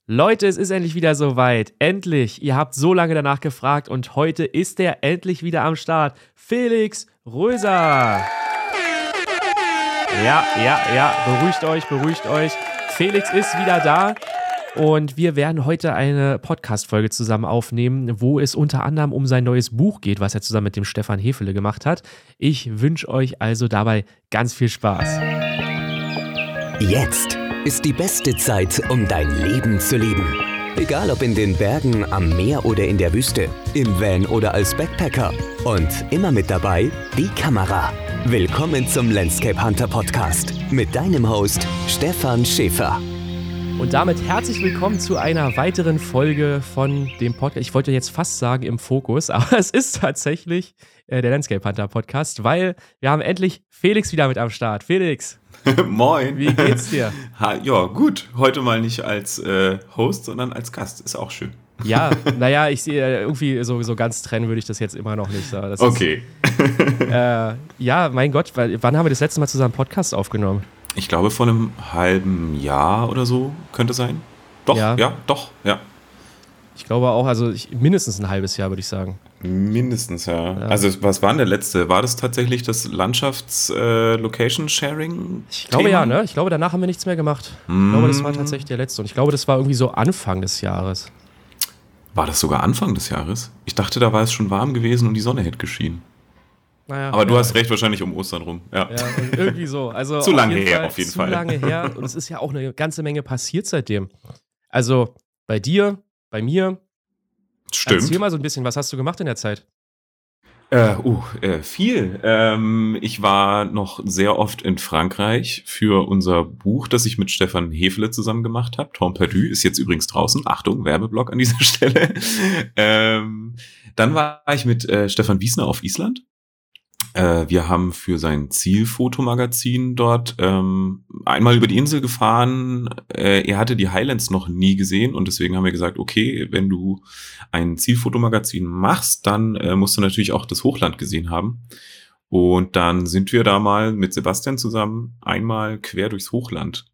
Leute, es ist endlich wieder soweit. Endlich. Ihr habt so lange danach gefragt und heute ist er endlich wieder am Start. Felix Röser. Ja. Beruhigt euch. Felix ist wieder da. Und wir werden heute eine Podcast-Folge zusammen aufnehmen, wo es unter anderem um sein neues Buch geht, was er zusammen mit dem Stefan Hefele gemacht hat. Ich wünsche euch also dabei ganz viel Spaß. Jetzt ist die beste Zeit, um dein Leben zu leben. Egal ob in den Bergen, am Meer oder in der Wüste, im Van oder als Backpacker. Und immer mit dabei die Kamera. Willkommen zum Landscape Hunter Podcast mit deinem Host Stefan Schäfer. Und damit herzlich willkommen zu einer weiteren Folge von dem Podcast. Ich wollte jetzt fast sagen im Fokus, aber es ist tatsächlich der Landscape Hunter Podcast, weil wir haben endlich Felix wieder mit am Start. Felix. Moin. Wie geht's dir? Ja, gut. Heute mal nicht als Host, sondern als Gast. Ist auch schön. Ja, naja, ich sehe irgendwie so ganz trennen würde ich das jetzt immer noch nicht sagen. Das okay. Ja, mein Gott, wann haben wir das letzte Mal zusammen Podcast aufgenommen? Ich glaube, vor einem halben Jahr oder so könnte sein. Doch, ja. Ich glaube auch, also mindestens ein halbes Jahr, würde ich sagen. Mindestens, ja. Also, was war denn der letzte? War das tatsächlich das Landschafts-Location-Sharing? Ich glaube ja, ne? Ich glaube, danach haben wir nichts mehr gemacht. Ich glaube, das war tatsächlich der letzte. Und ich glaube, das war irgendwie so Anfang des Jahres. War das sogar Anfang des Jahres? Ich dachte, da war es schon warm gewesen und die Sonne hätte geschienen. Naja, aber du hast recht, wahrscheinlich um Ostern rum. Ja, irgendwie so. Also zu lange her, auf jeden Fall. Zu lange her. Und es ist ja auch eine ganze Menge passiert seitdem. Also bei dir, bei mir. Stimmt. Erzähl mal so ein bisschen, was hast du gemacht in der Zeit? Viel. Ich war noch sehr oft in Frankreich für unser Buch, das ich mit Stefan Hefele zusammen gemacht habe. Tom Perdu ist jetzt übrigens draußen. Achtung, Werbeblock an dieser Stelle. Dann war ich mit Stefan Wiesner auf Island. Wir haben für sein Zielfotomagazin dort einmal über die Insel gefahren. Er hatte die Highlands noch nie gesehen und deswegen haben wir gesagt, okay, wenn du ein Zielfotomagazin machst, dann musst du natürlich auch das Hochland gesehen haben. Und dann sind wir da mal mit Sebastian zusammen einmal quer durchs Hochland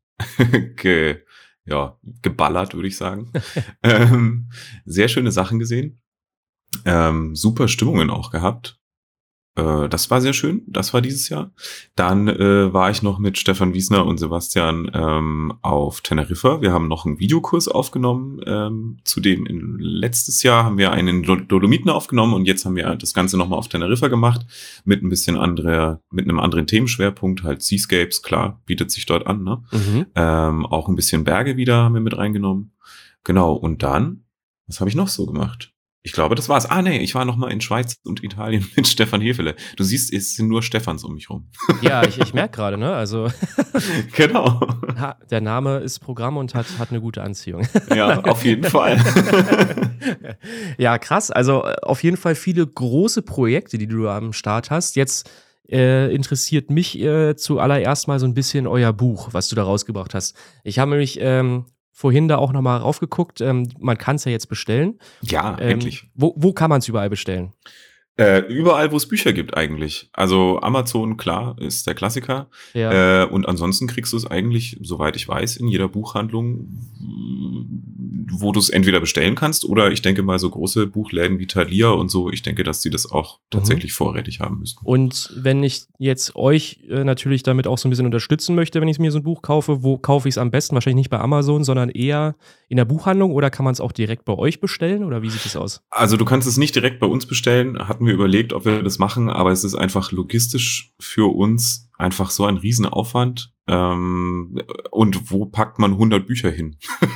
geballert, würde ich sagen. Sehr schöne Sachen gesehen. Super Stimmungen auch gehabt. Das war sehr schön, das war dieses Jahr. Dann war ich noch mit Stefan Wiesner und Sebastian auf Teneriffa. Wir haben noch einen Videokurs aufgenommen. Zudem letztes Jahr haben wir einen Dolomiten aufgenommen und jetzt haben wir das Ganze nochmal auf Teneriffa gemacht mit ein bisschen mit einem anderen Themenschwerpunkt, halt Seascapes, klar, bietet sich dort an, ne? Auch ein bisschen Berge wieder haben wir mit reingenommen. Genau, und dann, was habe ich noch so gemacht? Ich glaube, das war's. Ich war noch mal in Schweiz und Italien mit Stefan Hefele. Du siehst, es sind nur Stefans um mich rum. Ja, ich merke gerade, ne? Also genau. Der Name ist Programm und hat eine gute Anziehung. Ja, auf jeden Fall. Ja, krass. Also auf jeden Fall viele große Projekte, die du am Start hast. Jetzt interessiert mich zuallererst mal so ein bisschen euer Buch, was du da rausgebracht hast. Ich habe nämlich vorhin da auch nochmal raufgeguckt. Man kann es ja jetzt bestellen. Ja, endlich. Wo kann man es überall bestellen? Überall, wo es Bücher gibt eigentlich. Also Amazon, klar, ist der Klassiker. Ja. Und ansonsten kriegst du es eigentlich, soweit ich weiß, in jeder Buchhandlung, wo du es entweder bestellen kannst oder ich denke mal so große Buchläden wie Thalia und so, ich denke, dass die das auch tatsächlich vorrätig haben müssten. Und wenn ich jetzt euch natürlich damit auch so ein bisschen unterstützen möchte, wenn ich mir so ein Buch kaufe, wo kaufe ich es am besten? Wahrscheinlich nicht bei Amazon, sondern eher in der Buchhandlung oder kann man es auch direkt bei euch bestellen oder wie sieht es aus? Also du kannst es nicht direkt bei uns bestellen, hatten wir überlegt, ob wir das machen, aber es ist einfach logistisch für uns einfach so ein Riesenaufwand. Und wo packt man 100 Bücher hin?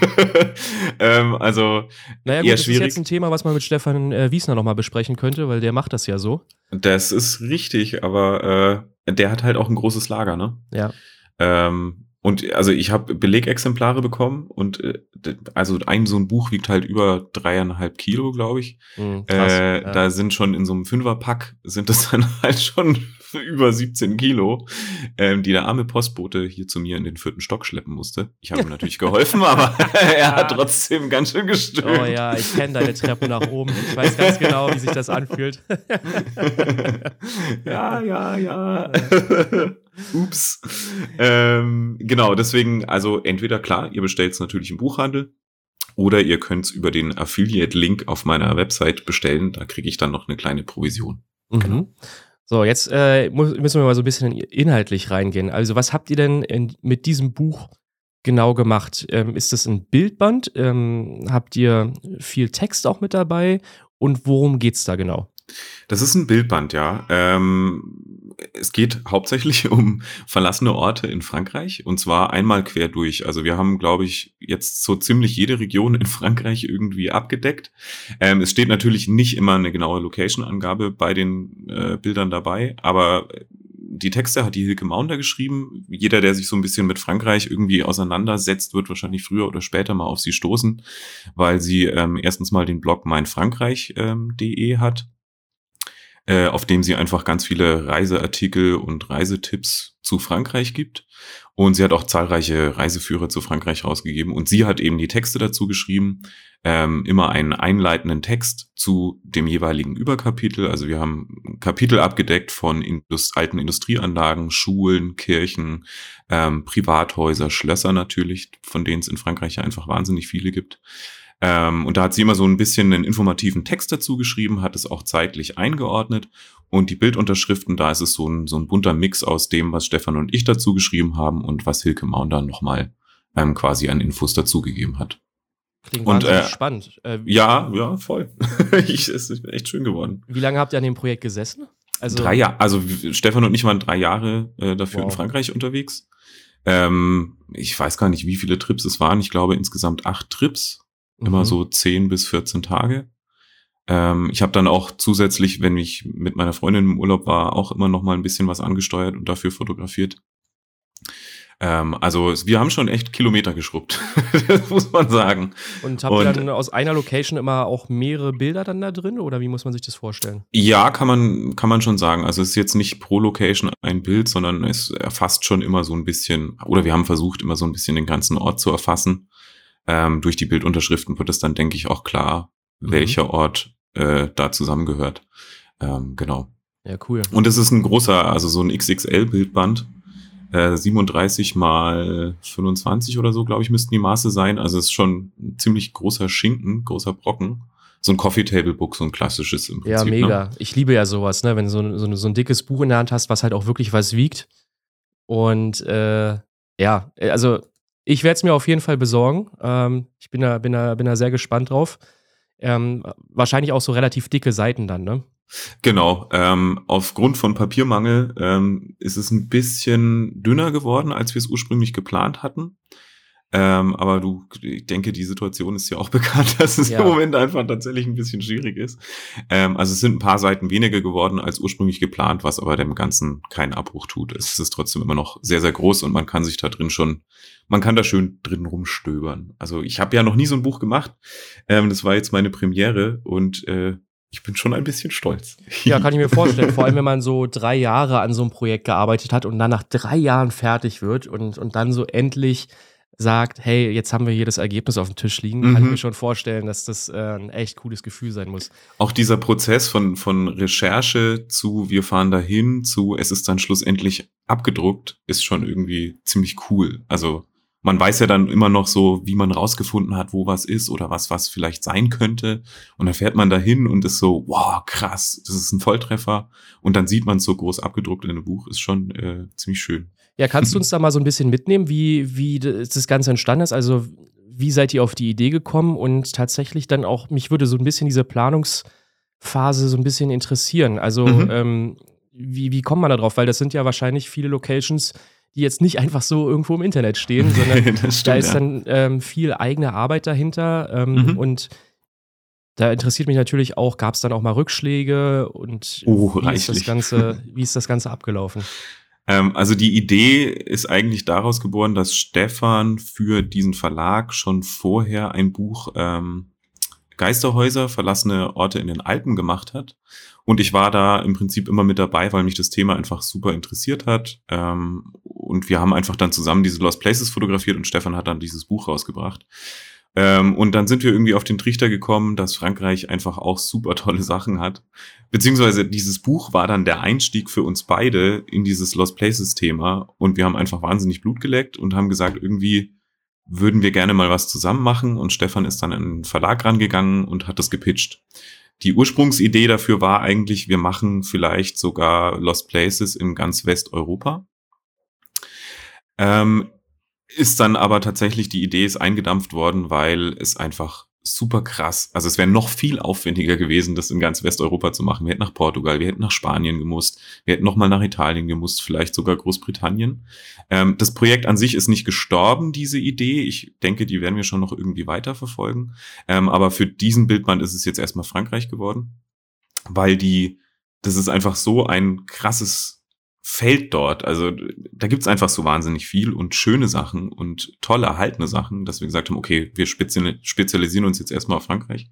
Also naja gut, das ist jetzt ein Thema, was man mit Stefan Wiesner nochmal besprechen könnte, weil der macht das ja so. Das ist richtig, aber der hat halt auch ein großes Lager, ne? Ja. Und also ich habe Belegexemplare bekommen und also so ein Buch wiegt halt über 3,5 Kilo, glaube ich. Krass, ja. Da sind schon in so einem Fünferpack sind das dann halt schon über 17 Kilo, die der arme Postbote hier zu mir in den 4. Stock schleppen musste. Ich habe ihm natürlich geholfen, aber er hat trotzdem ganz schön gestöhnt. Oh ja, ich kenne deine Treppen nach oben. Ich weiß ganz genau, wie sich das anfühlt. Ja. Ups. Genau, deswegen, also entweder klar, ihr bestellt es natürlich im Buchhandel Oder ihr könnt es über den Affiliate-Link auf meiner Website bestellen. Da kriege ich dann noch eine kleine Provision. Mhm. Genau. So, jetzt müssen wir mal so ein bisschen inhaltlich reingehen. Also, was habt ihr denn mit diesem Buch genau gemacht? Ist das ein Bildband? Habt ihr viel Text auch mit dabei? Und worum geht's da genau? Das ist ein Bildband, ja. Es geht hauptsächlich um verlassene Orte in Frankreich und zwar einmal quer durch. Also wir haben, glaube ich, jetzt so ziemlich jede Region in Frankreich irgendwie abgedeckt. Es steht natürlich nicht immer eine genaue Location-Angabe bei den Bildern dabei, aber die Texte hat die Hilke Maunder geschrieben. Jeder, der sich so ein bisschen mit Frankreich irgendwie auseinandersetzt, wird wahrscheinlich früher oder später mal auf sie stoßen, weil sie erstens mal den Blog meinfrankreich.de hat, auf dem sie einfach ganz viele Reiseartikel und Reisetipps zu Frankreich gibt. Und sie hat auch zahlreiche Reiseführer zu Frankreich rausgegeben. Und sie hat eben die Texte dazu geschrieben, immer einen einleitenden Text zu dem jeweiligen Überkapitel. Also wir haben Kapitel abgedeckt von alten Industrieanlagen, Schulen, Kirchen, Privathäuser, Schlösser natürlich, von denen es in Frankreich ja einfach wahnsinnig viele gibt. Und da hat sie immer so ein bisschen einen informativen Text dazu geschrieben, hat es auch zeitlich eingeordnet. Und die Bildunterschriften, da ist es so ein bunter Mix aus dem, was Stefan und ich dazu geschrieben haben und was Hilke Maunder nochmal quasi an Infos dazugegeben hat. Klingt wahnsinnig spannend. Ja, voll. Es ist echt schön geworden. Wie lange habt ihr an dem Projekt gesessen? Also 3 Jahre. Also Stefan und ich waren 3 Jahre dafür in Frankreich unterwegs. Ich weiß gar nicht, wie viele Trips es waren. Ich glaube insgesamt 8 Trips. Immer so 10 bis 14 Tage. Ich habe dann auch zusätzlich, wenn ich mit meiner Freundin im Urlaub war, auch immer noch mal ein bisschen was angesteuert und dafür fotografiert. Also wir haben schon echt Kilometer geschrubbt, das muss man sagen. Und habt ihr dann aus einer Location immer auch mehrere Bilder dann da drin oder wie muss man sich das vorstellen? Ja, kann man schon sagen. Also es ist jetzt nicht pro Location ein Bild, sondern es erfasst schon immer so ein bisschen, oder wir haben versucht, immer so ein bisschen den ganzen Ort zu erfassen. Durch die Bildunterschriften wird es dann, denke ich, auch klar, welcher Ort da zusammengehört. Genau. Ja, cool. Und es ist ein großer, also so ein XXL-Bildband. 37 mal 25 oder so, glaube ich, müssten die Maße sein. Also es ist schon ein ziemlich großer Schinken, großer Brocken. So ein Coffee-Table-Book, so ein klassisches im Prinzip. Ja, mega. Ne? Ich liebe ja sowas, ne? Wenn du so ein dickes Buch in der Hand hast, was halt auch wirklich was wiegt. Und also ich werde es mir auf jeden Fall besorgen. Ich bin da sehr gespannt drauf. Wahrscheinlich auch so relativ dicke Seiten dann, ne? Genau. Aufgrund von Papiermangel ist es ein bisschen dünner geworden, als wir es ursprünglich geplant hatten. Aber ich denke, die Situation ist ja auch bekannt, dass es im Moment einfach tatsächlich ein bisschen schwierig ist. Also es sind ein paar Seiten weniger geworden als ursprünglich geplant, was aber dem Ganzen keinen Abbruch tut. Es ist trotzdem immer noch sehr, sehr groß und man kann sich da drin man kann da schön drin rumstöbern. Also ich habe ja noch nie so ein Buch gemacht. Das war jetzt meine Premiere und ich bin schon ein bisschen stolz. Ja, kann ich mir vorstellen. Vor allem, wenn man so 3 Jahre an so einem Projekt gearbeitet hat und dann nach 3 Jahren fertig wird und dann so endlich sagt, hey, jetzt haben wir hier das Ergebnis auf dem Tisch liegen, kann ich mir schon vorstellen, dass das ein echt cooles Gefühl sein muss. Auch dieser Prozess von Recherche zu wir fahren dahin zu es ist dann schlussendlich abgedruckt, ist schon irgendwie ziemlich cool. Also man weiß ja dann immer noch so, wie man rausgefunden hat, wo was ist oder was vielleicht sein könnte. Und dann fährt man dahin und ist so, wow, krass, das ist ein Volltreffer. Und dann sieht man es so groß abgedruckt in einem Buch, ist schon ziemlich schön. Ja, kannst du uns da mal so ein bisschen mitnehmen, wie das Ganze entstanden ist? Also wie seid ihr auf die Idee gekommen? Und tatsächlich dann auch, mich würde so ein bisschen diese Planungsphase so ein bisschen interessieren. Also wie kommt man da drauf? Weil das sind ja wahrscheinlich viele Locations, die jetzt nicht einfach so irgendwo im Internet stehen, sondern da ist dann viel eigene Arbeit dahinter. Und da interessiert mich natürlich auch, gab es dann auch mal Rückschläge und wie ist das Ganze abgelaufen? Also die Idee ist eigentlich daraus geboren, dass Stefan für diesen Verlag schon vorher ein Buch Geisterhäuser, verlassene Orte in den Alpen gemacht hat. Und ich war da im Prinzip immer mit dabei, weil mich das Thema einfach super interessiert hat. Und wir haben einfach dann zusammen diese Lost Places fotografiert und Stefan hat dann dieses Buch rausgebracht. Und dann sind wir irgendwie auf den Trichter gekommen, dass Frankreich einfach auch super tolle Sachen hat. Beziehungsweise dieses Buch war dann der Einstieg für uns beide in dieses Lost Places Thema. Und wir haben einfach wahnsinnig Blut geleckt und haben gesagt, irgendwie würden wir gerne mal was zusammen machen, und Stefan ist dann in den Verlag rangegangen und hat das gepitcht. Die Ursprungsidee dafür war eigentlich, wir machen vielleicht sogar Lost Places in ganz Westeuropa. Ist dann aber tatsächlich, die Idee ist eingedampft worden, weil es einfach super krass, also es wäre noch viel aufwendiger gewesen, das in ganz Westeuropa zu machen. Wir hätten nach Portugal, wir hätten nach Spanien gemusst, wir hätten nochmal nach Italien gemusst, vielleicht sogar Großbritannien. Das Projekt an sich ist nicht gestorben, diese Idee. Ich denke, die werden wir schon noch irgendwie weiterverfolgen. Aber für diesen Bildband ist es jetzt erstmal Frankreich geworden, weil das ist einfach so ein krasses Feld dort. Also da gibt's einfach so wahnsinnig viel und schöne Sachen und tolle erhaltene Sachen, dass wir gesagt haben, okay, wir spezialisieren uns jetzt erstmal auf Frankreich.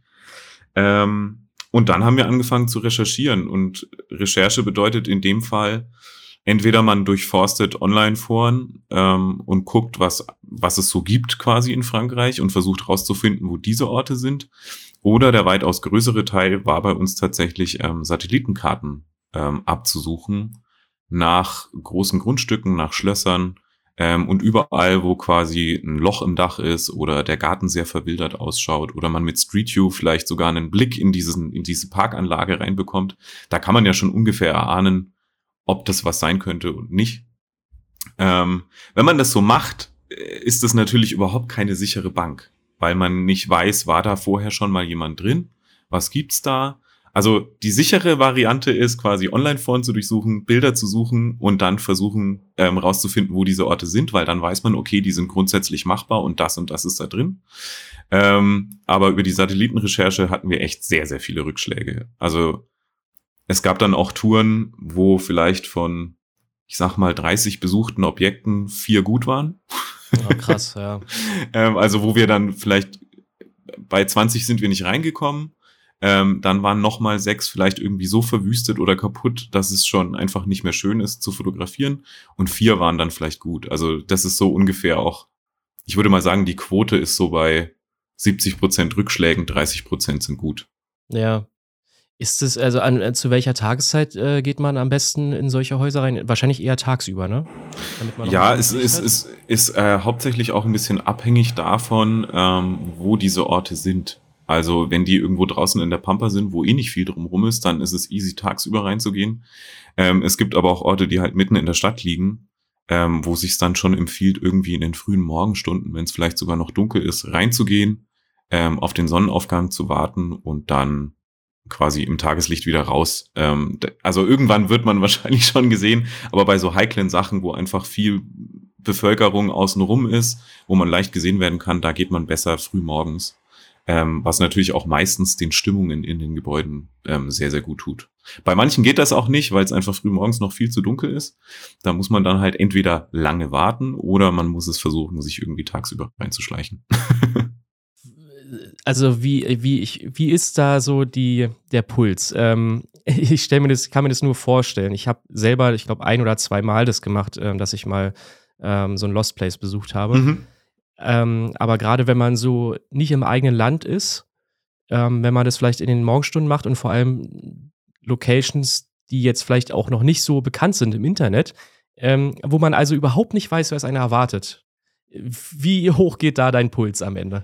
Und dann haben wir angefangen zu recherchieren, und Recherche bedeutet in dem Fall, entweder man durchforstet Online-Foren und guckt, was es so gibt quasi in Frankreich und versucht herauszufinden, wo diese Orte sind, oder der weitaus größere Teil war bei uns tatsächlich Satellitenkarten abzusuchen, nach großen Grundstücken, nach Schlössern und überall, wo quasi ein Loch im Dach ist oder der Garten sehr verwildert ausschaut oder man mit Street View vielleicht sogar einen Blick in diese Parkanlage reinbekommt. Da kann man ja schon ungefähr erahnen, ob das was sein könnte und nicht. Wenn man das so macht, ist das natürlich überhaupt keine sichere Bank, weil man nicht weiß, war da vorher schon mal jemand drin? Was gibt's da? Also die sichere Variante ist quasi Online-Foren zu durchsuchen, Bilder zu suchen und dann versuchen rauszufinden, wo diese Orte sind, weil dann weiß man, okay, die sind grundsätzlich machbar und das ist da drin. Aber über die Satellitenrecherche hatten wir echt sehr, sehr viele Rückschläge. Also es gab dann auch Touren, wo vielleicht von, ich sag mal, 30 besuchten Objekten 4 gut waren. Oh, krass, ja. Also wo wir dann vielleicht bei 20 sind wir nicht reingekommen. Dann waren nochmal 6 vielleicht irgendwie so verwüstet oder kaputt, dass es schon einfach nicht mehr schön ist zu fotografieren. Und 4 waren dann vielleicht gut. Also das ist so ungefähr auch, ich würde mal sagen, die Quote ist so bei 70% Rückschlägen, 30% sind gut. Ja. Ist es, also zu welcher Tageszeit geht man am besten in solche Häuser rein? Wahrscheinlich eher tagsüber, ne? Ja, es ist hauptsächlich auch ein bisschen abhängig davon, wo diese Orte sind. Also wenn die irgendwo draußen in der Pampa sind, wo eh nicht viel drumrum ist, dann ist es easy, tagsüber reinzugehen. Es gibt aber auch Orte, die halt mitten in der Stadt liegen, wo es sich dann schon empfiehlt, irgendwie in den frühen Morgenstunden, wenn es vielleicht sogar noch dunkel ist, reinzugehen, auf den Sonnenaufgang zu warten und dann quasi im Tageslicht wieder raus. Also irgendwann wird man wahrscheinlich schon gesehen, aber bei so heiklen Sachen, wo einfach viel Bevölkerung außenrum ist, wo man leicht gesehen werden kann, da geht man besser früh morgens. Was natürlich auch meistens den Stimmungen in den Gebäuden sehr, sehr gut tut. Bei manchen geht das auch nicht, weil es einfach früh morgens noch viel zu dunkel ist. Da muss man dann halt entweder lange warten oder man muss es versuchen, sich irgendwie tagsüber reinzuschleichen. Also wie ist da so der Puls? Kann mir das nur vorstellen. Ich habe selber, ich glaube, 1 oder 2 Mal das gemacht, dass ich mal so ein Lost Place besucht habe. Mhm. Aber gerade wenn man so nicht im eigenen Land ist, wenn man das vielleicht in den Morgenstunden macht und vor allem Locations, die jetzt vielleicht auch noch nicht so bekannt sind im Internet, wo man also überhaupt nicht weiß, was einen erwartet. Wie hoch geht da dein Puls am Ende?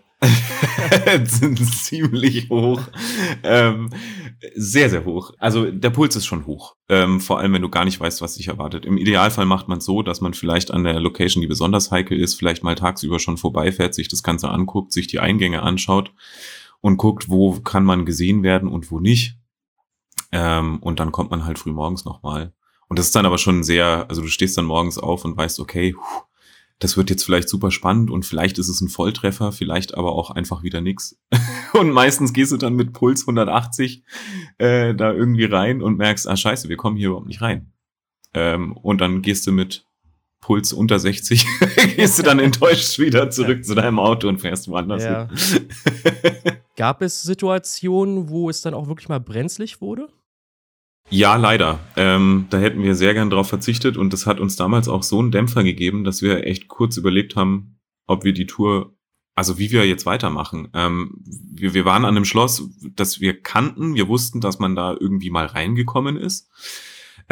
Ziemlich hoch. Sehr, sehr hoch. Also der Puls ist schon hoch. Vor allem, wenn du gar nicht weißt, was dich erwartet. Im Idealfall macht man es so, dass man vielleicht an der Location, die besonders heikel ist, vielleicht mal tagsüber schon vorbeifährt, sich das Ganze anguckt, sich die Eingänge anschaut und guckt, wo kann man gesehen werden und wo nicht. Und dann kommt man halt früh morgens nochmal. Und das ist dann aber schon also du stehst dann morgens auf und weißt, okay, das wird jetzt vielleicht super spannend und vielleicht ist es ein Volltreffer, vielleicht aber auch einfach wieder nix. Und meistens gehst du dann mit Puls 180 da irgendwie rein und merkst, scheiße, wir kommen hier überhaupt nicht rein. Und dann gehst du mit Puls unter 60, gehst du dann enttäuscht wieder zurück zu deinem Auto und fährst woanders hin. Gab es Situationen, wo es dann auch wirklich mal brenzlig wurde? Ja, leider. Da hätten wir sehr gern drauf verzichtet und das hat uns damals auch so einen Dämpfer gegeben, dass wir echt kurz überlegt haben, ob wir die Tour, also wie wir jetzt weitermachen. Wir waren an einem Schloss, das wir kannten. Wir wussten, dass man da irgendwie mal reingekommen ist.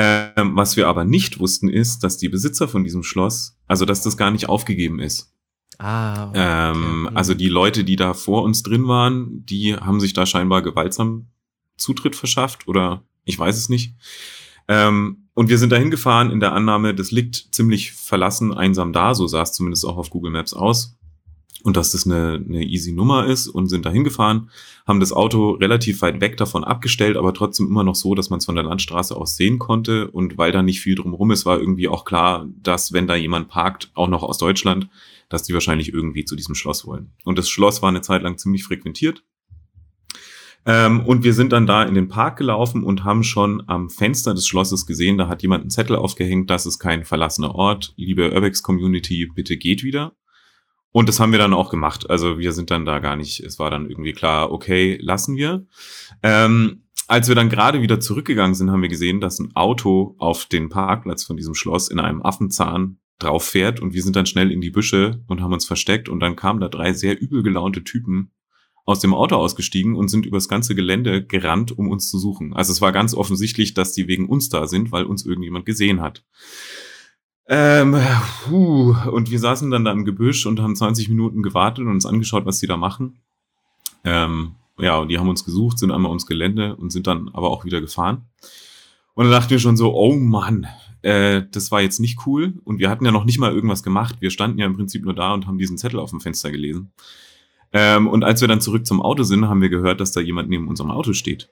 Was wir aber nicht wussten, ist, dass die Besitzer von diesem Schloss, also dass das gar nicht aufgegeben ist. Okay. Also die Leute, die da vor uns drin waren, die haben sich da scheinbar gewaltsam Zutritt verschafft oder ich weiß es nicht. Und wir sind da hingefahren in der Annahme, das liegt ziemlich verlassen, einsam da, so sah es zumindest auch auf Google Maps aus. Und dass das eine easy Nummer ist und sind da hingefahren, haben das Auto relativ weit weg davon abgestellt, aber trotzdem immer noch so, dass man es von der Landstraße aus sehen konnte. Und weil da nicht viel drumherum ist, war irgendwie auch klar, dass wenn da jemand parkt, auch noch aus Deutschland, dass die wahrscheinlich irgendwie zu diesem Schloss wollen. Und das Schloss war eine Zeit lang ziemlich frequentiert. Und wir sind dann da in den Park gelaufen und haben schon am Fenster des Schlosses gesehen, da hat jemand einen Zettel aufgehängt, das ist kein verlassener Ort. Liebe Urbex-Community, bitte geht wieder. Und das haben wir dann auch gemacht. Also wir sind dann da gar nicht, es war dann irgendwie klar, okay, lassen wir. Als wir dann gerade wieder zurückgegangen sind, haben wir gesehen, dass ein Auto auf den Parkplatz von diesem Schloss in einem Affenzahn drauf fährt und wir sind dann schnell in die Büsche und haben uns versteckt und dann kamen da 3 sehr übel gelaunte Typen aus dem Auto ausgestiegen und sind übers ganze Gelände gerannt, um uns zu suchen. Also es war ganz offensichtlich, dass die wegen uns da sind, weil uns irgendjemand gesehen hat. Und wir saßen dann da im Gebüsch und haben 20 Minuten gewartet und uns angeschaut, was die da machen. Und die haben uns gesucht, sind einmal ums Gelände und sind dann aber auch wieder gefahren. Und dann dachten wir schon so, oh Mann, das war jetzt nicht cool. Und wir hatten ja noch nicht mal irgendwas gemacht. Wir standen ja im Prinzip nur da und haben diesen Zettel auf dem Fenster gelesen. Und als wir dann zurück zum Auto sind, haben wir gehört, dass da jemand neben unserem Auto steht.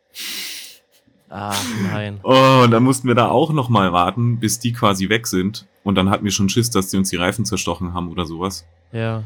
Nein. Oh, und dann mussten wir da auch noch mal warten, bis die quasi weg sind. Und dann hatten wir schon Schiss, dass die uns die Reifen zerstochen haben oder sowas. Ja.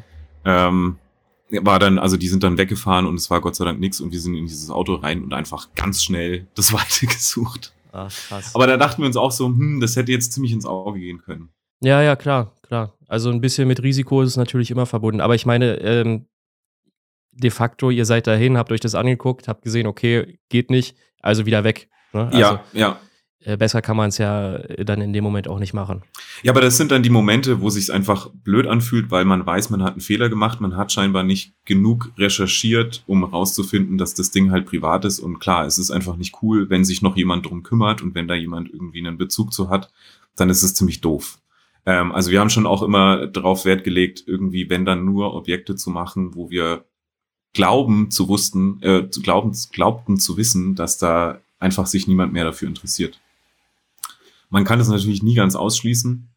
Die sind dann weggefahren und es war Gott sei Dank nichts und wir sind in dieses Auto rein und einfach ganz schnell das Weite gesucht. Krass. Aber da dachten wir uns auch so, das hätte jetzt ziemlich ins Auge gehen können. Ja, klar. Also ein bisschen mit Risiko ist es natürlich immer verbunden. Aber ich meine, de facto, ihr seid dahin, habt euch das angeguckt, habt gesehen, okay, geht nicht, also wieder weg. Ne? Also, ja. Besser kann man es ja dann in dem Moment auch nicht machen. Ja, aber das sind dann die Momente, wo es sich einfach blöd anfühlt, weil man weiß, man hat einen Fehler gemacht, man hat scheinbar nicht genug recherchiert, um rauszufinden, dass das Ding halt privat ist. Und klar, es ist einfach nicht cool, wenn sich noch jemand drum kümmert und wenn da jemand irgendwie einen Bezug zu hat, dann ist es ziemlich doof. Also wir haben schon auch immer darauf Wert gelegt, irgendwie, wenn dann nur Objekte zu machen, wo wir glaubten zu wissen, dass da einfach sich niemand mehr dafür interessiert. Man kann das natürlich nie ganz ausschließen.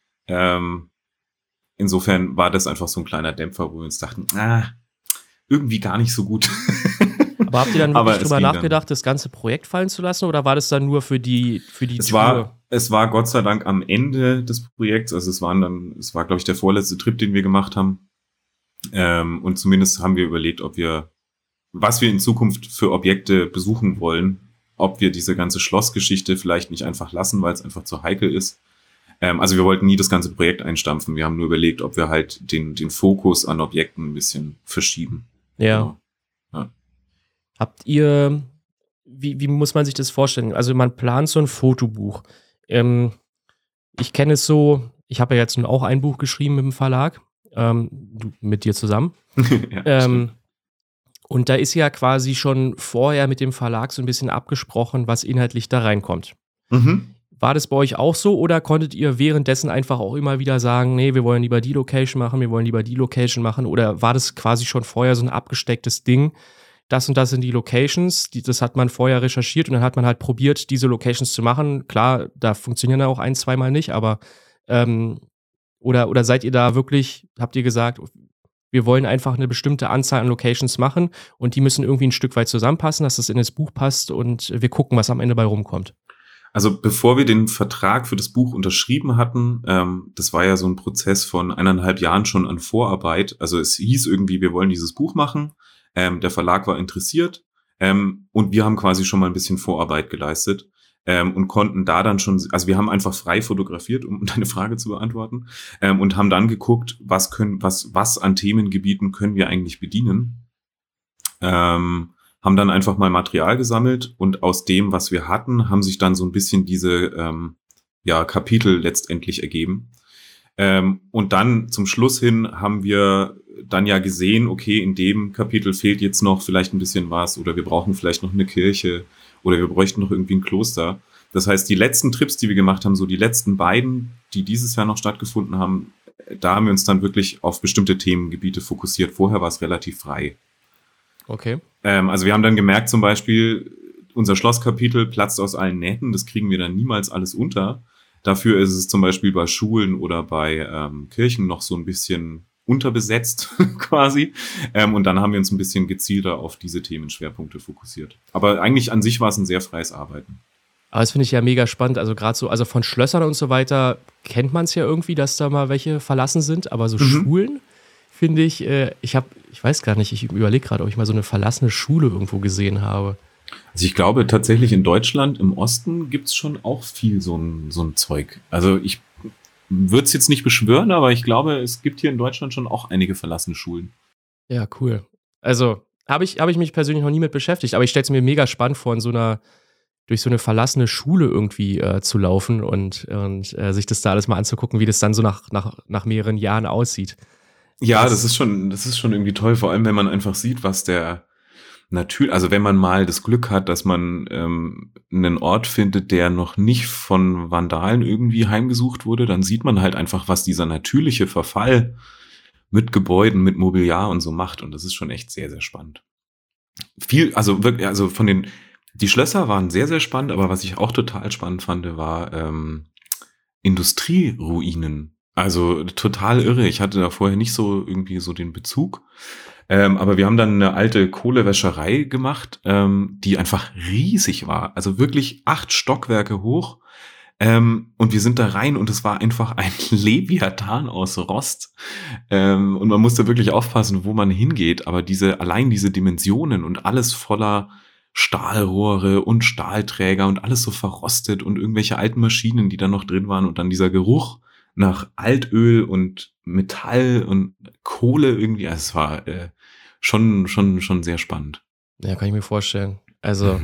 Insofern war das einfach so ein kleiner Dämpfer, wo wir uns dachten, irgendwie gar nicht so gut. Aber habt ihr dann wirklich drüber nachgedacht, das ganze Projekt fallen zu lassen oder war das dann nur für die Tour? Es war Gott sei Dank am Ende des Projekts, also es war, glaube ich, der vorletzte Trip, den wir gemacht haben. Und zumindest haben wir überlegt, was wir in Zukunft für Objekte besuchen wollen, ob wir diese ganze Schlossgeschichte vielleicht nicht einfach lassen, weil es einfach zu heikel ist. Also wir wollten nie das ganze Projekt einstampfen. Wir haben nur überlegt, ob wir halt den Fokus an Objekten ein bisschen verschieben. Ja. Genau. Ja. Habt ihr, wie muss man sich das vorstellen? Also man plant so ein Fotobuch. Ich kenne es so, ich habe ja jetzt auch ein Buch geschrieben mit dem Verlag, mit dir zusammen. Ja, und da ist ja quasi schon vorher mit dem Verlag so ein bisschen abgesprochen, was inhaltlich da reinkommt. Mhm. War das bei euch auch so oder konntet ihr währenddessen einfach auch immer wieder sagen, nee, wir wollen lieber die Location machen oder war das quasi schon vorher so ein abgestecktes Ding? Das und das sind die Locations, das hat man vorher recherchiert und dann hat man halt probiert, diese Locations zu machen. Klar, da funktionieren ja auch 1-2 Mal nicht, aber oder seid ihr da wirklich, habt ihr gesagt, wir wollen einfach eine bestimmte Anzahl an Locations machen und die müssen irgendwie ein Stück weit zusammenpassen, dass das in das Buch passt und wir gucken, was am Ende bei rumkommt. Also bevor wir den Vertrag für das Buch unterschrieben hatten, das war ja so ein Prozess von 1,5 Jahren schon an Vorarbeit. Also es hieß irgendwie, wir wollen dieses Buch machen. Der Verlag war interessiert und wir haben quasi schon mal ein bisschen Vorarbeit geleistet. Und konnten da dann schon, also wir haben einfach frei fotografiert, um deine Frage zu beantworten, und haben dann geguckt, was an Themengebieten können wir eigentlich bedienen. Haben dann einfach mal Material gesammelt und aus dem, was wir hatten, haben sich dann so ein bisschen diese Kapitel letztendlich ergeben. Und dann zum Schluss hin haben wir dann ja gesehen, okay, in dem Kapitel fehlt jetzt noch vielleicht ein bisschen was oder wir brauchen vielleicht noch eine Kirche oder wir bräuchten noch irgendwie ein Kloster. Das heißt, die letzten Trips, die wir gemacht haben, so die letzten beiden, die dieses Jahr noch stattgefunden haben, da haben wir uns dann wirklich auf bestimmte Themengebiete fokussiert. Vorher war es relativ frei. Okay. Also wir haben dann gemerkt zum Beispiel, unser Schlosskapitel platzt aus allen Nähten, das kriegen wir dann niemals alles unter. Dafür ist es zum Beispiel bei Schulen oder bei Kirchen noch so ein bisschen unterbesetzt quasi. Und dann haben wir uns ein bisschen gezielter auf diese Themenschwerpunkte fokussiert. Aber eigentlich an sich war es ein sehr freies Arbeiten. Aber das finde ich ja mega spannend. Also gerade so, also von Schlössern und so weiter kennt man es ja irgendwie, dass da mal welche verlassen sind. Aber so Schulen finde ich, ich weiß gar nicht, ich überlege gerade, ob ich mal so eine verlassene Schule irgendwo gesehen habe. Also ich glaube tatsächlich in Deutschland im Osten gibt's schon auch viel so ein Zeug. Also ich würde es jetzt nicht beschwören, aber ich glaube, es gibt hier in Deutschland schon auch einige verlassene Schulen. Ja, cool. Also habe ich mich persönlich noch nie mit beschäftigt, aber ich stelle es mir mega spannend vor, durch so eine verlassene Schule irgendwie zu laufen und sich das da alles mal anzugucken, wie das dann so nach mehreren Jahren aussieht. Ja, das ist schon irgendwie toll, vor allem wenn man einfach sieht, was der natürlich, also wenn man mal das Glück hat, dass man einen Ort findet, der noch nicht von Vandalen irgendwie heimgesucht wurde, dann sieht man halt einfach, was dieser natürliche Verfall mit Gebäuden, mit Mobiliar und so macht. Und das ist schon echt sehr, sehr spannend. Also wirklich, also die Schlösser waren sehr, sehr spannend, aber was ich auch total spannend fand, war Industrieruinen. Also total irre. Ich hatte da vorher nicht so irgendwie so den Bezug. Aber wir haben dann eine alte Kohlewäscherei gemacht, die einfach riesig war. Also wirklich 8 Stockwerke hoch. Und wir sind da rein und es war einfach ein Leviathan aus Rost. Und man musste wirklich aufpassen, wo man hingeht. Aber allein diese Dimensionen und alles voller Stahlrohre und Stahlträger und alles so verrostet und irgendwelche alten Maschinen, die da noch drin waren und dann dieser Geruch nach Altöl und Metall und Kohle irgendwie. Also es war schon sehr spannend. Ja, kann ich mir vorstellen. Also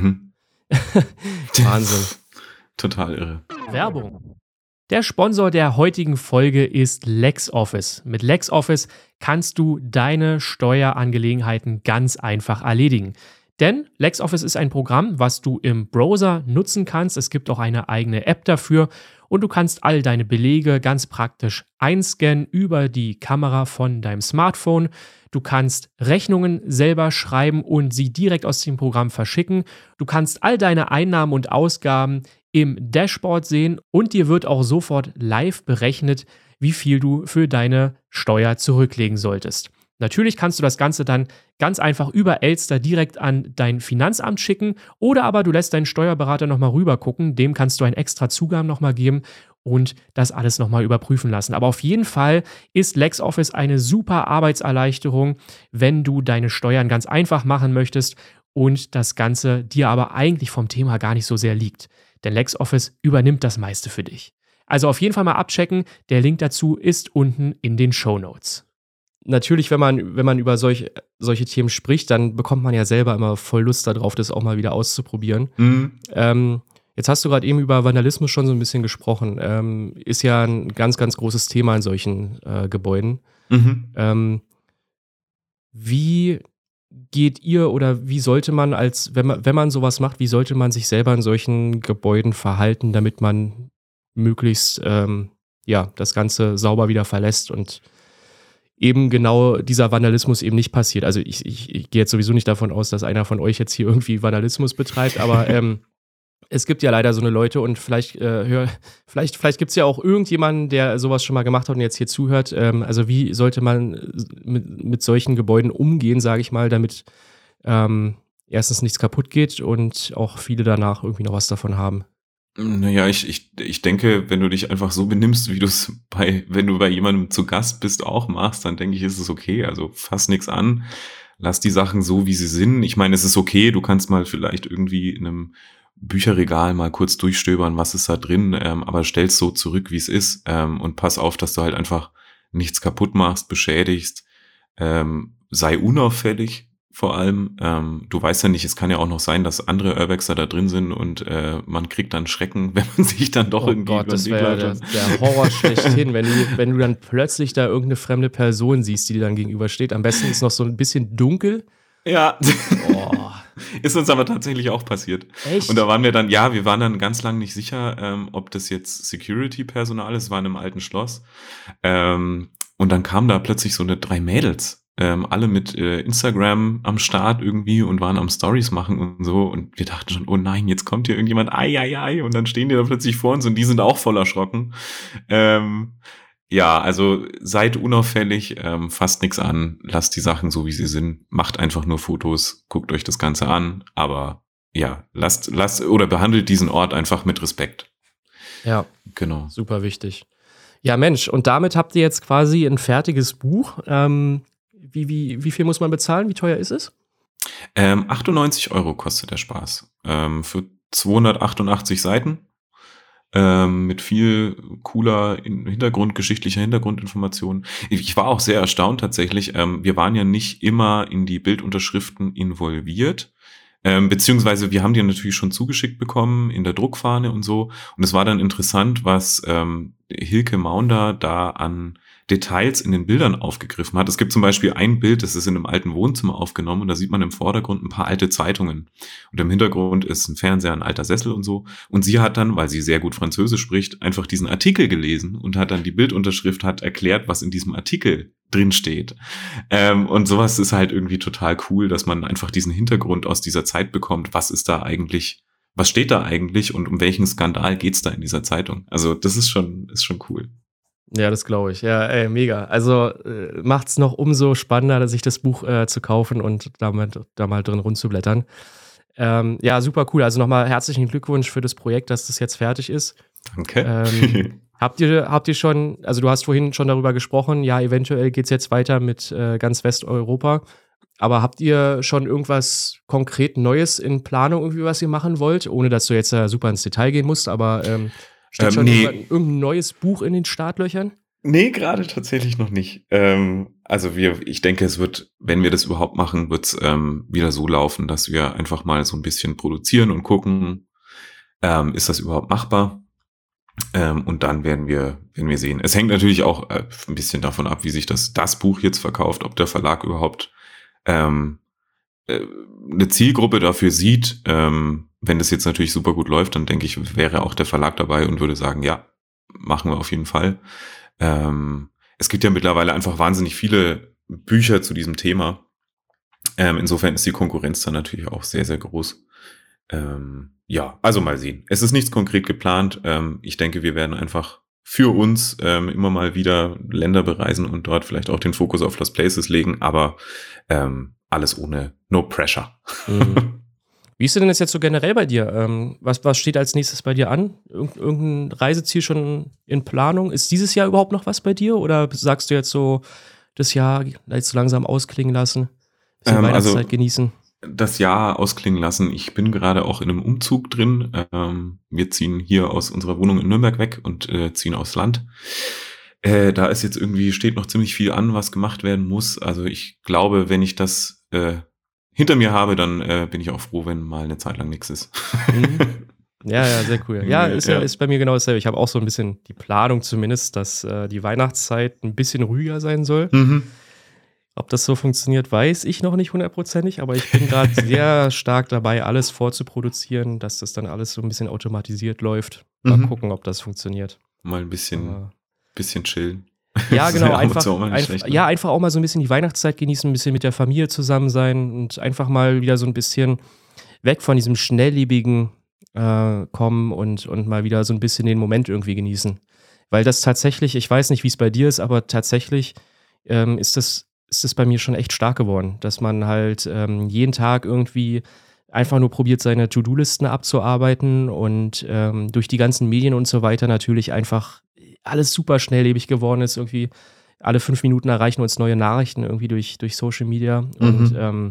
Wahnsinn. Total irre. Werbung. Der Sponsor der heutigen Folge ist LexOffice. Mit LexOffice kannst du deine Steuerangelegenheiten ganz einfach erledigen. Denn LexOffice ist ein Programm, was du im Browser nutzen kannst. Es gibt auch eine eigene App dafür und du kannst all deine Belege ganz praktisch einscannen über die Kamera von deinem Smartphone. Du kannst Rechnungen selber schreiben und sie direkt aus dem Programm verschicken. Du kannst all deine Einnahmen und Ausgaben im Dashboard sehen und dir wird auch sofort live berechnet, wie viel du für deine Steuer zurücklegen solltest. Natürlich kannst du das Ganze dann ganz einfach über Elster direkt an dein Finanzamt schicken oder aber du lässt deinen Steuerberater nochmal rüber gucken, dem kannst du einen extra Zugang nochmal geben und das alles nochmal überprüfen lassen. Aber auf jeden Fall ist LexOffice eine super Arbeitserleichterung, wenn du deine Steuern ganz einfach machen möchtest und das Ganze dir aber eigentlich vom Thema gar nicht so sehr liegt. Denn LexOffice übernimmt das meiste für dich. Also auf jeden Fall mal abchecken, der Link dazu ist unten in den Shownotes. Natürlich, wenn man über solche Themen spricht, dann bekommt man ja selber immer voll Lust darauf, das auch mal wieder auszuprobieren. Jetzt hast du gerade eben über Vandalismus schon so ein bisschen gesprochen. Ist ja ein ganz, ganz großes Thema in solchen Gebäuden. Wie geht ihr oder wie sollte man wenn man sowas macht, wie sollte man sich selber in solchen Gebäuden verhalten, damit man möglichst das Ganze sauber wieder verlässt und eben genau dieser Vandalismus eben nicht passiert. Also ich gehe jetzt sowieso nicht davon aus, dass einer von euch jetzt hier irgendwie Vandalismus betreibt, aber es gibt ja leider so eine Leute und vielleicht gibt es ja auch irgendjemanden, der sowas schon mal gemacht hat und jetzt hier zuhört. Also wie sollte man mit solchen Gebäuden umgehen, sage ich mal, damit erstens nichts kaputt geht und auch viele danach irgendwie noch was davon haben. Naja, ich denke, wenn du dich einfach so benimmst, wie du es wenn du bei jemandem zu Gast bist, auch machst, dann denke ich, ist es okay. Also fass nichts an, lass die Sachen so, wie sie sind. Ich meine, es ist okay, du kannst mal vielleicht irgendwie in einem Bücherregal mal kurz durchstöbern, was ist da drin, aber stell's so zurück, wie es ist, und pass auf, dass du halt einfach nichts kaputt machst, beschädigst, sei unauffällig. Vor allem, du weißt ja nicht, es kann ja auch noch sein, dass andere Urbexer da drin sind und man kriegt dann Schrecken, wenn man sich dann doch irgendwie über den Weg läuft. Der Horror schlechthin, wenn du dann plötzlich da irgendeine fremde Person siehst, die dir dann gegenübersteht. Am besten ist noch so ein bisschen dunkel Ja. Oh. Ist uns aber tatsächlich auch passiert. Echt? Und da waren wir waren dann ganz lang nicht sicher, ob das jetzt Security-Personal ist, war in einem alten Schloss. Und dann kamen da plötzlich so 3 Mädels, alle mit Instagram am Start irgendwie und waren am Stories machen und so. Und wir dachten schon, oh nein, jetzt kommt hier irgendjemand, ai. Und dann stehen die da plötzlich vor uns und die sind auch voll erschrocken. Ja, also seid unauffällig, fasst nichts an, lasst die Sachen so, wie sie sind, macht einfach nur Fotos, guckt euch das Ganze an, aber ja, lasst oder behandelt diesen Ort einfach mit Respekt. Ja, genau. Super wichtig. Ja, Mensch, und damit habt ihr jetzt quasi ein fertiges Buch. Wie viel muss man bezahlen? Wie teuer ist es? 98 € kostet der Spaß. Für 288 Seiten. Mit viel cooler geschichtlicher Hintergrundinformation. Ich war auch sehr erstaunt tatsächlich. Wir waren ja nicht immer in die Bildunterschriften involviert. Beziehungsweise wir haben die natürlich schon zugeschickt bekommen in der Druckfahne und so. Und es war dann interessant, was Hilke Maunder da an Details in den Bildern aufgegriffen hat. Es gibt zum Beispiel ein Bild, das ist in einem alten Wohnzimmer aufgenommen und da sieht man im Vordergrund ein paar alte Zeitungen. Und im Hintergrund ist ein Fernseher, ein alter Sessel und so. Und sie hat dann, weil sie sehr gut Französisch spricht, einfach diesen Artikel gelesen und hat dann die Bildunterschrift, hat erklärt, was in diesem Artikel drin steht. Und sowas ist halt irgendwie total cool, dass man einfach diesen Hintergrund aus dieser Zeit bekommt. Was steht da eigentlich und um welchen Skandal geht's da in dieser Zeitung? Also das ist schon cool. Ja, das glaube ich. Ja, mega. Also macht's noch umso spannender, sich das Buch zu kaufen und da mal drin rumzublättern. Ja, super cool. Also nochmal herzlichen Glückwunsch für das Projekt, dass das jetzt fertig ist. Danke. Habt ihr schon, also du hast vorhin schon darüber gesprochen, ja, eventuell geht's jetzt weiter mit ganz Westeuropa. Aber habt ihr schon irgendwas konkret Neues in Planung, irgendwie, was ihr machen wollt? Ohne, dass du jetzt super ins Detail gehen musst, aber steht schon irgendein neues Buch in den Startlöchern? Nee, gerade tatsächlich noch nicht. Also ich denke, es wird, wenn wir das überhaupt machen, wird es wieder so laufen, dass wir einfach mal so ein bisschen produzieren und gucken, ist das überhaupt machbar? Und dann werden wir sehen. Es hängt natürlich auch ein bisschen davon ab, wie sich das Buch jetzt verkauft, ob der Verlag überhaupt eine Zielgruppe dafür sieht. Wenn das jetzt natürlich super gut läuft, dann denke ich, wäre auch der Verlag dabei und würde sagen, ja, machen wir auf jeden Fall. Es gibt ja mittlerweile einfach wahnsinnig viele Bücher zu diesem Thema. Insofern ist die Konkurrenz dann natürlich auch sehr, sehr groß. Ja, also mal sehen. Es ist nichts konkret geplant. Ich denke, wir werden einfach für uns immer mal wieder Länder bereisen und dort vielleicht auch den Fokus auf Lost Places legen, aber alles ohne no pressure. Mhm. Wie ist denn das jetzt so generell bei dir? Was steht als nächstes bei dir an? Irgendein Reiseziel schon in Planung? Ist dieses Jahr überhaupt noch was bei dir? Oder sagst du jetzt so, das Jahr jetzt so langsam ausklingen lassen? Bisschen Weihnachtszeit genießen? Das Jahr ausklingen lassen. Ich bin gerade auch in einem Umzug drin. Wir ziehen hier aus unserer Wohnung in Nürnberg weg und ziehen aufs Land. Da ist jetzt steht noch ziemlich viel an, was gemacht werden muss. Also ich glaube, wenn ich das hinter mir habe, dann bin ich auch froh, wenn mal eine Zeit lang nichts ist. Ja, sehr cool. Ja, ist bei mir genau dasselbe. Ich habe auch so ein bisschen die Planung zumindest, dass die Weihnachtszeit ein bisschen ruhiger sein soll. Mhm. Ob das so funktioniert, weiß ich noch nicht 100%, aber ich bin gerade sehr stark dabei, alles vorzuproduzieren, dass das dann alles so ein bisschen automatisiert läuft. Mal gucken, ob das funktioniert. Mal ein bisschen chillen. Ja, genau, einfach auch mal so ein bisschen die Weihnachtszeit genießen, ein bisschen mit der Familie zusammen sein und einfach mal wieder so ein bisschen weg von diesem schnelllebigen kommen und mal wieder so ein bisschen den Moment irgendwie genießen. Weil das tatsächlich, ich weiß nicht, wie es bei dir ist, aber tatsächlich ist das bei mir schon echt stark geworden, dass man halt jeden Tag irgendwie einfach nur probiert, seine To-Do-Listen abzuarbeiten und durch die ganzen Medien und so weiter natürlich einfach alles super schnelllebig geworden ist. Irgendwie alle 5 Minuten erreichen uns neue Nachrichten irgendwie durch Social Media. Und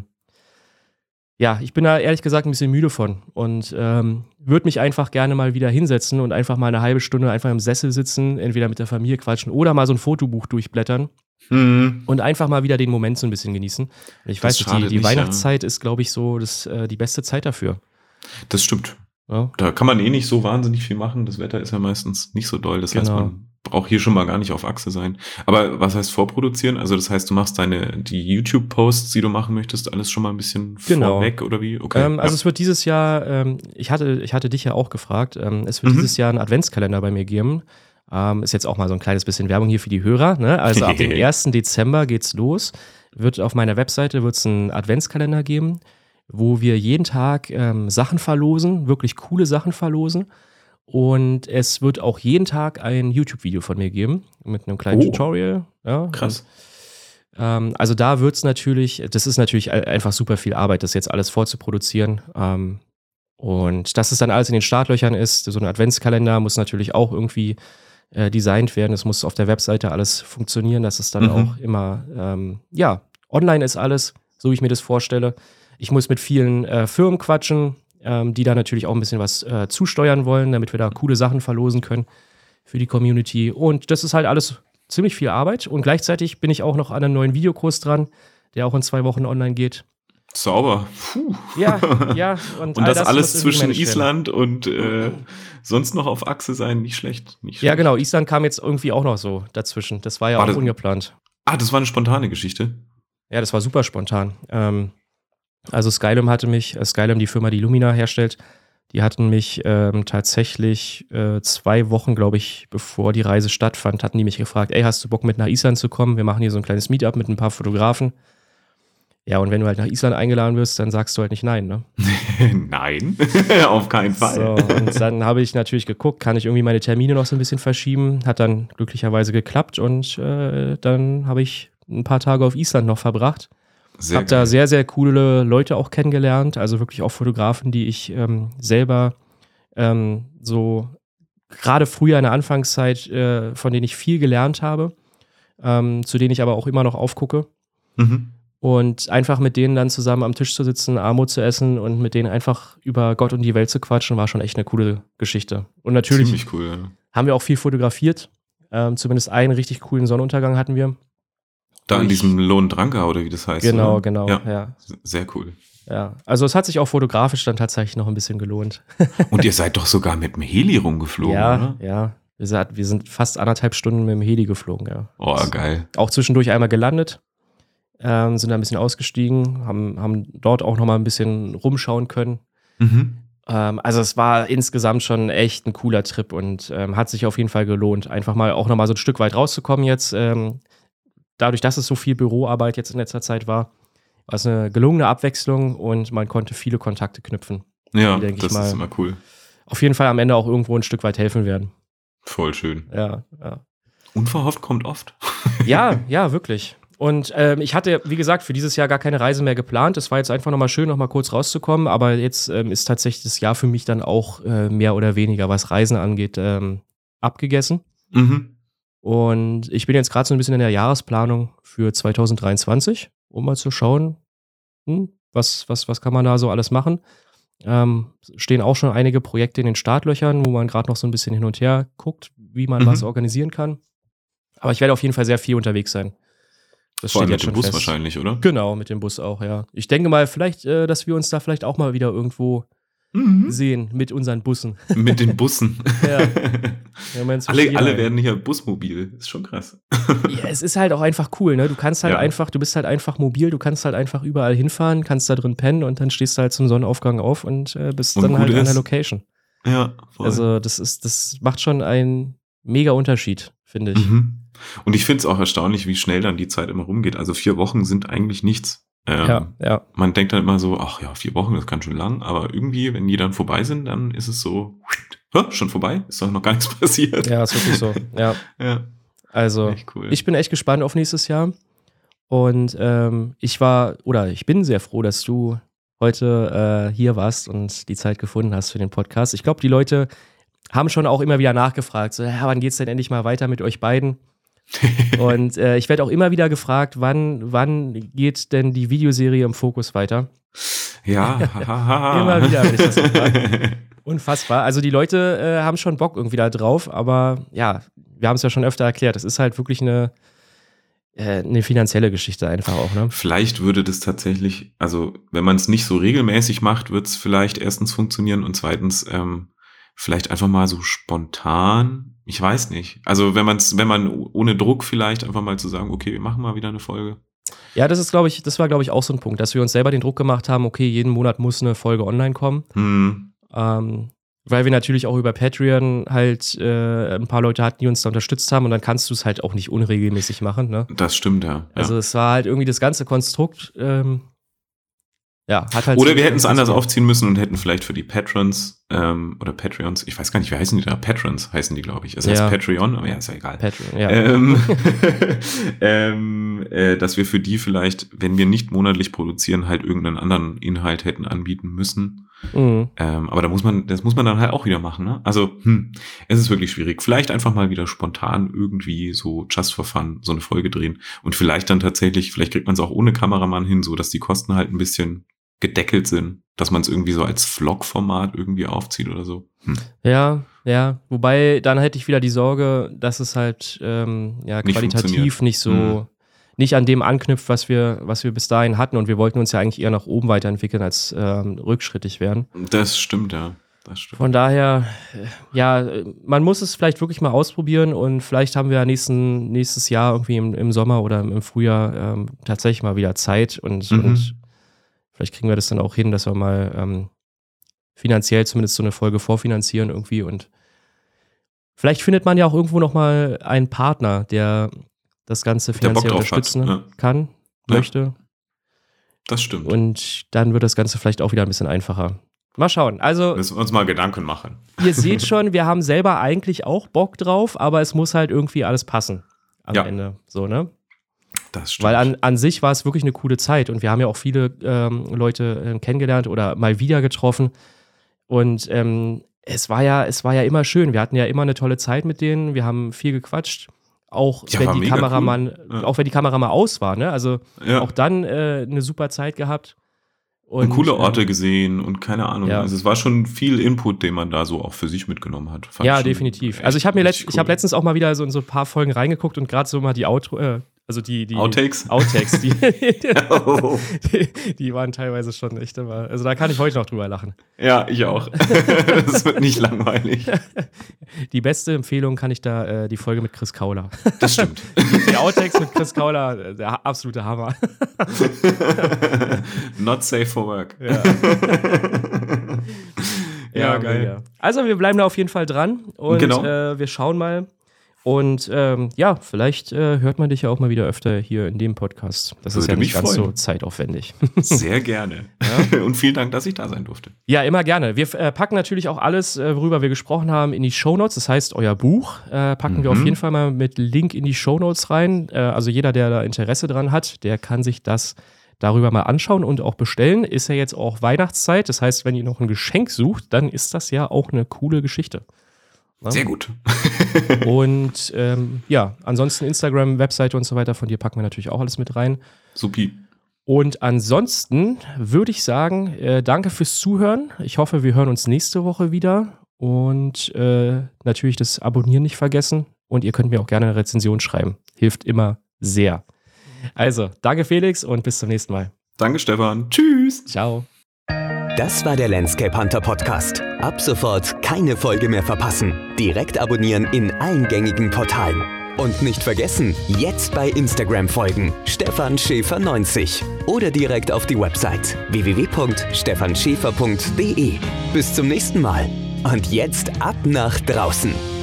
ja, ich bin da ehrlich gesagt ein bisschen müde von und würde mich einfach gerne mal wieder hinsetzen und einfach mal eine halbe Stunde einfach im Sessel sitzen, entweder mit der Familie quatschen oder mal so ein Fotobuch durchblättern. Und einfach mal wieder den Moment so ein bisschen genießen. Ich weiß nicht, die Weihnachtszeit ist, glaube ich, so die beste Zeit dafür. Das stimmt. Ja. Da kann man nicht so wahnsinnig viel machen. Das Wetter ist ja meistens nicht so doll. Das heißt, man brauche hier schon mal gar nicht auf Achse sein. Aber was heißt vorproduzieren? Also das heißt, du machst die YouTube-Posts, die du machen möchtest, alles schon mal ein bisschen vorweg oder wie? Okay. Also es wird dieses Jahr, ich hatte dich ja auch gefragt, es wird dieses Jahr einen Adventskalender bei mir geben. Ist jetzt auch mal so ein kleines bisschen Werbung hier für die Hörer. Ne? Also ab dem 1. Dezember geht's los. Auf meiner Webseite wird's einen Adventskalender geben, wo wir jeden Tag Sachen verlosen, wirklich coole Sachen verlosen. Und es wird auch jeden Tag ein YouTube-Video von mir geben, mit einem kleinen Tutorial. Ja, krass. Also da wird's natürlich, das ist natürlich einfach super viel Arbeit, das jetzt alles vorzuproduzieren. Und dass es dann alles in den Startlöchern ist, so ein Adventskalender muss natürlich auch irgendwie designt werden. Es muss auf der Webseite alles funktionieren, dass es dann auch immer, online ist alles, so wie ich mir das vorstelle. Ich muss mit vielen Firmen quatschen, die da natürlich auch ein bisschen was zusteuern wollen, damit wir da coole Sachen verlosen können für die Community. Und das ist halt alles ziemlich viel Arbeit. Und gleichzeitig bin ich auch noch an einem neuen Videokurs dran, der auch in 2 Wochen online geht. Sauber. Puh. Ja. Und das alles zwischen Island und sonst noch auf Achse sein, nicht schlecht. Ja, genau. Island kam jetzt irgendwie auch noch so dazwischen. Das war ja auch ungeplant. Das war eine spontane Geschichte? Ja, das war super spontan. Also Skylum, die Firma, die Lumina herstellt, die hatten mich tatsächlich 2 Wochen, glaube ich, bevor die Reise stattfand, hatten die mich gefragt, hast du Bock mit nach Island zu kommen? Wir machen hier so ein kleines Meetup mit ein paar Fotografen. Ja, und wenn du halt nach Island eingeladen wirst, dann sagst du halt nicht nein, ne? Nein, auf keinen Fall. So, und dann habe ich natürlich geguckt, kann ich irgendwie meine Termine noch so ein bisschen verschieben? Hat dann glücklicherweise geklappt und dann habe ich ein paar Tage auf Island noch verbracht. Habe da sehr, sehr coole Leute auch kennengelernt, also wirklich auch Fotografen, die ich selber so gerade früher in der Anfangszeit, von denen ich viel gelernt habe, zu denen ich aber auch immer noch aufgucke. Und einfach mit denen dann zusammen am Tisch zu sitzen, Armut zu essen und mit denen einfach über Gott und die Welt zu quatschen, war schon echt eine coole Geschichte. Und natürlich ziemlich cool, ja. Haben wir auch viel fotografiert. Zumindest einen richtig coolen Sonnenuntergang hatten wir. Da in diesem Lone Dranka oder wie das heißt. Genau, oder? Genau. Ja. Sehr cool. Ja, also es hat sich auch fotografisch dann tatsächlich noch ein bisschen gelohnt. Und ihr seid doch sogar mit dem Heli rumgeflogen, oder? Ja. Wir sind fast 1,5 Stunden mit dem Heli geflogen, ja. Oh, geil. Auch zwischendurch einmal gelandet. Sind da ein bisschen ausgestiegen, haben dort auch noch mal ein bisschen rumschauen können. Also es war insgesamt schon echt ein cooler Trip und hat sich auf jeden Fall gelohnt, einfach mal auch noch mal so ein Stück weit rauszukommen jetzt. Dadurch, dass es so viel Büroarbeit jetzt in letzter Zeit war es eine gelungene Abwechslung und man konnte viele Kontakte knüpfen. Ja, das ist immer cool. Auf jeden Fall am Ende auch irgendwo ein Stück weit helfen werden. Voll schön. Ja. Unverhofft kommt oft. Ja, wirklich. Und ich hatte, wie gesagt, für dieses Jahr gar keine Reise mehr geplant. Es war jetzt einfach nochmal schön, nochmal kurz rauszukommen. Aber jetzt ist tatsächlich das Jahr für mich dann auch mehr oder weniger, was Reisen angeht, abgegessen. Und ich bin jetzt gerade so ein bisschen in der Jahresplanung für 2023, um mal zu schauen, was kann man da so alles machen. Stehen auch schon einige Projekte in den Startlöchern, wo man gerade noch so ein bisschen hin und her guckt, wie man was organisieren kann. Aber ich werde auf jeden Fall sehr viel unterwegs sein. Das vor allem steht jetzt mit dem schon Bus fest. Wahrscheinlich, oder? Genau, mit dem Bus auch, ja. Ich denke mal, vielleicht, dass wir uns da vielleicht auch mal wieder irgendwo sehen mit unseren Bussen. Mit den Bussen. Ja. Alle werden hier busmobil. Ist schon krass. Ja, es ist halt auch einfach cool, ne? Du kannst halt du bist halt einfach mobil, du kannst halt einfach überall hinfahren, kannst da drin pennen und dann stehst du halt zum Sonnenaufgang auf und bist dann halt an der Location. Ja, voll. Also das macht schon einen mega Unterschied, finde ich. Und ich finde es auch erstaunlich, wie schnell dann die Zeit immer rumgeht. Also 4 Wochen sind eigentlich nichts. Ja. Man denkt dann immer so, 4 Wochen, das kann schon lang. Aber irgendwie, wenn die dann vorbei sind, dann ist es so, schon vorbei? Ist doch noch gar nichts passiert. Ja, ist wirklich so. Ja. Also, cool. Ich bin echt gespannt auf nächstes Jahr. Und ich bin sehr froh, dass du heute hier warst und die Zeit gefunden hast für den Podcast. Ich glaube, die Leute haben schon auch immer wieder nachgefragt, so, wann geht's denn endlich mal weiter mit euch beiden? Und ich werde auch immer wieder gefragt, wann geht denn die Videoserie im Fokus weiter? Ja, immer wieder, wenn ich das gefragt. Unfassbar. Also die Leute haben schon Bock irgendwie da drauf, aber ja, wir haben es ja schon öfter erklärt, es ist halt wirklich eine finanzielle Geschichte einfach auch, ne? Vielleicht würde das tatsächlich, also wenn man es nicht so regelmäßig macht, wird es vielleicht erstens funktionieren und zweitens vielleicht einfach mal so spontan, ich weiß nicht. Also wenn man ohne Druck vielleicht einfach mal zu sagen, okay, wir machen mal wieder eine Folge. Ja, das war, glaube ich, auch so ein Punkt, dass wir uns selber den Druck gemacht haben, okay, jeden Monat muss eine Folge online kommen. Weil wir natürlich auch über Patreon halt ein paar Leute hatten, die uns da unterstützt haben und dann kannst du es halt auch nicht unregelmäßig machen, ne? Das stimmt, ja. Also es war halt irgendwie das ganze Konstrukt, hat halt. Oder wir hätten es anders aufziehen müssen und hätten vielleicht für die Patrons oder Patreons, ich weiß gar nicht, wie heißen die da? Patrons heißen die, glaube ich. Es heißt Patreon, aber ja, ist ja egal. Patreon, ja. Dass wir für die vielleicht, wenn wir nicht monatlich produzieren, halt irgendeinen anderen Inhalt hätten anbieten müssen. Aber das muss man dann halt auch wieder machen, ne? Also, es ist wirklich schwierig. Vielleicht einfach mal wieder spontan irgendwie so just for fun so eine Folge drehen und vielleicht dann tatsächlich, vielleicht kriegt man es auch ohne Kameramann hin, so dass die Kosten halt ein bisschen gedeckelt sind, dass man es irgendwie so als Vlog-Format irgendwie aufzieht oder so. Ja, wobei dann hätte ich wieder die Sorge, dass es halt qualitativ nicht so nicht an dem anknüpft, was wir bis dahin hatten und wir wollten uns ja eigentlich eher nach oben weiterentwickeln als rückschrittig werden. Das stimmt, ja. Das stimmt. Von daher, man muss es vielleicht wirklich mal ausprobieren und vielleicht haben wir ja nächstes Jahr irgendwie im Sommer oder im Frühjahr tatsächlich mal wieder Zeit und vielleicht kriegen wir das dann auch hin, dass wir mal finanziell zumindest so eine Folge vorfinanzieren irgendwie und vielleicht findet man ja auch irgendwo noch mal einen Partner, der das Ganze finanziell unterstützen kann, möchte. Das stimmt. Und dann wird das Ganze vielleicht auch wieder ein bisschen einfacher. Mal schauen. Also, müssen wir uns mal Gedanken machen. Ihr seht schon, wir haben selber eigentlich auch Bock drauf, aber es muss halt irgendwie alles passen am Ende. So, ne? Das stimmt. Weil an sich war es wirklich eine coole Zeit und wir haben ja auch viele Leute kennengelernt oder mal wieder getroffen. Und es war ja immer schön. Wir hatten ja immer eine tolle Zeit mit denen. Wir haben viel gequatscht. Auch wenn die Kamera mal aus war, ne? Also auch dann eine super Zeit gehabt. Und coole Orte gesehen und keine Ahnung. Ja. Also es war schon viel Input, den man da so auch für sich mitgenommen hat. Ja, definitiv. Also ich habe letztens auch mal wieder so in so ein paar Folgen reingeguckt und gerade so mal die Outtakes? Outtakes, die waren teilweise schon echt immer. Also da kann ich heute noch drüber lachen. Ja, ich auch. Das wird nicht langweilig. Die beste Empfehlung kann ich da die Folge mit Chris Kauler. Das stimmt. Die Outtakes mit Chris Kauler, der absolute Hammer. Not safe for work. Ja, geil. Ja. Also wir bleiben da auf jeden Fall dran und wir schauen mal. Und vielleicht hört man dich ja auch mal wieder öfter hier in dem Podcast. Das ist ja nicht ganz so zeitaufwendig. Sehr gerne. Ja? Und vielen Dank, dass ich da sein durfte. Ja, immer gerne. Wir packen natürlich auch alles, worüber wir gesprochen haben, in die Shownotes. Das heißt, euer Buch packen wir auf jeden Fall mal mit Link in die Shownotes rein. Also jeder, der da Interesse dran hat, der kann sich das darüber mal anschauen und auch bestellen. Ist ja jetzt auch Weihnachtszeit. Das heißt, wenn ihr noch ein Geschenk sucht, dann ist das ja auch eine coole Geschichte. Sehr gut. Und ansonsten Instagram, Webseite und so weiter, von dir packen wir natürlich auch alles mit rein. Supi. Und ansonsten würde ich sagen, danke fürs Zuhören. Ich hoffe, wir hören uns nächste Woche wieder. Und natürlich das Abonnieren nicht vergessen. Und ihr könnt mir auch gerne eine Rezension schreiben. Hilft immer sehr. Also, danke Felix und bis zum nächsten Mal. Danke Stefan. Tschüss. Ciao. Das war der Landscape Hunter Podcast. Ab sofort keine Folge mehr verpassen. Direkt abonnieren in allen gängigen Portalen. Und nicht vergessen, jetzt bei Instagram folgen. Stefan Schäfer 90. Oder direkt auf die Website www.stefanschäfer.de. Bis zum nächsten Mal. Und jetzt ab nach draußen.